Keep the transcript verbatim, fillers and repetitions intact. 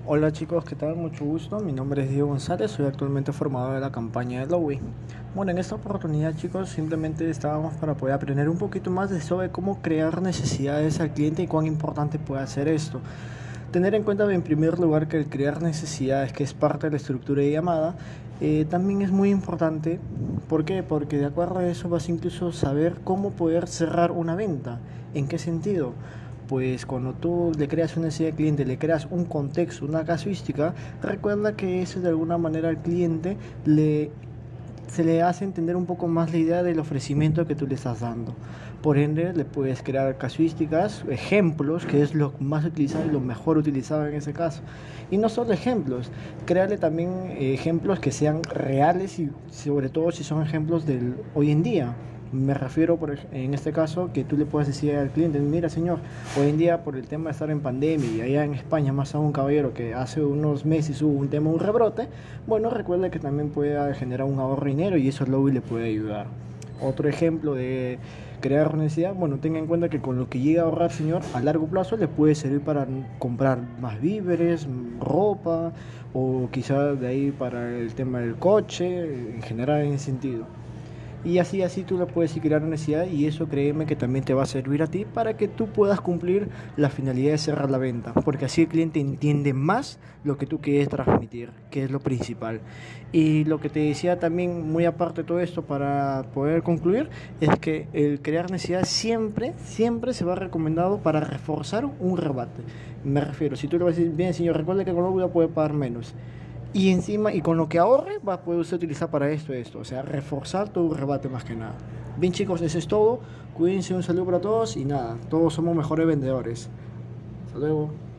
Hola chicos, ¿qué tal? Mucho gusto. Mi nombre es Diego González, soy actualmente formador de la campaña de Lowy. Bueno, en esta oportunidad chicos, simplemente estábamos para poder aprender un poquito más de sobre cómo crear necesidades al cliente y cuán importante puede ser esto. Tener en cuenta en primer lugar que el crear necesidades, que es parte de la estructura de llamada, eh, también es muy importante. ¿Por qué? Porque de acuerdo a eso vas incluso a saber cómo poder cerrar una venta. ¿En qué sentido? Pues cuando tú le creas una necesidad al cliente, le creas un contexto, una casuística, recuerda que eso de alguna manera al cliente le se le hace entender un poco más la idea del ofrecimiento que tú le estás dando. Por ende, le puedes crear casuísticas, ejemplos, que es lo más utilizado y lo mejor utilizado en ese caso. Y no solo ejemplos, crearle también eh, ejemplos que sean reales y sobre todo si son ejemplos del hoy en día. Me refiero, por, en este caso, que tú le puedes decir al cliente, mira señor, hoy en día por el tema de estar en pandemia y allá en España, más aún caballero, que hace unos meses hubo un tema, un rebrote, bueno, recuerda que también puede generar un ahorro de dinero y eso Lobby le puede ayudar. Otro ejemplo de crear necesidad, bueno, tenga en cuenta que con lo que llega a ahorrar señor, a largo plazo le puede servir para comprar más víveres, ropa o quizás de ahí para el tema del coche, en general en ese sentido. Y así, así tú le puedes ir crear necesidad y eso créeme que también te va a servir a ti para que tú puedas cumplir la finalidad de cerrar la venta. Porque así el cliente entiende más lo que tú quieres transmitir, que es lo principal. Y lo que te decía también, muy aparte de todo esto, para poder concluir, es que el crear necesidad siempre, siempre se va recomendado para reforzar un rebate. Me refiero, si tú le vas a decir, bien señor, recuerde que con Lobby puede pagar menos. Y encima, y con lo que ahorre, va a poder usted utilizar para esto, esto. O sea, reforzar tu rebate más que nada. Bien chicos, eso es todo. Cuídense, un saludo para todos y nada, todos somos mejores vendedores. Hasta luego.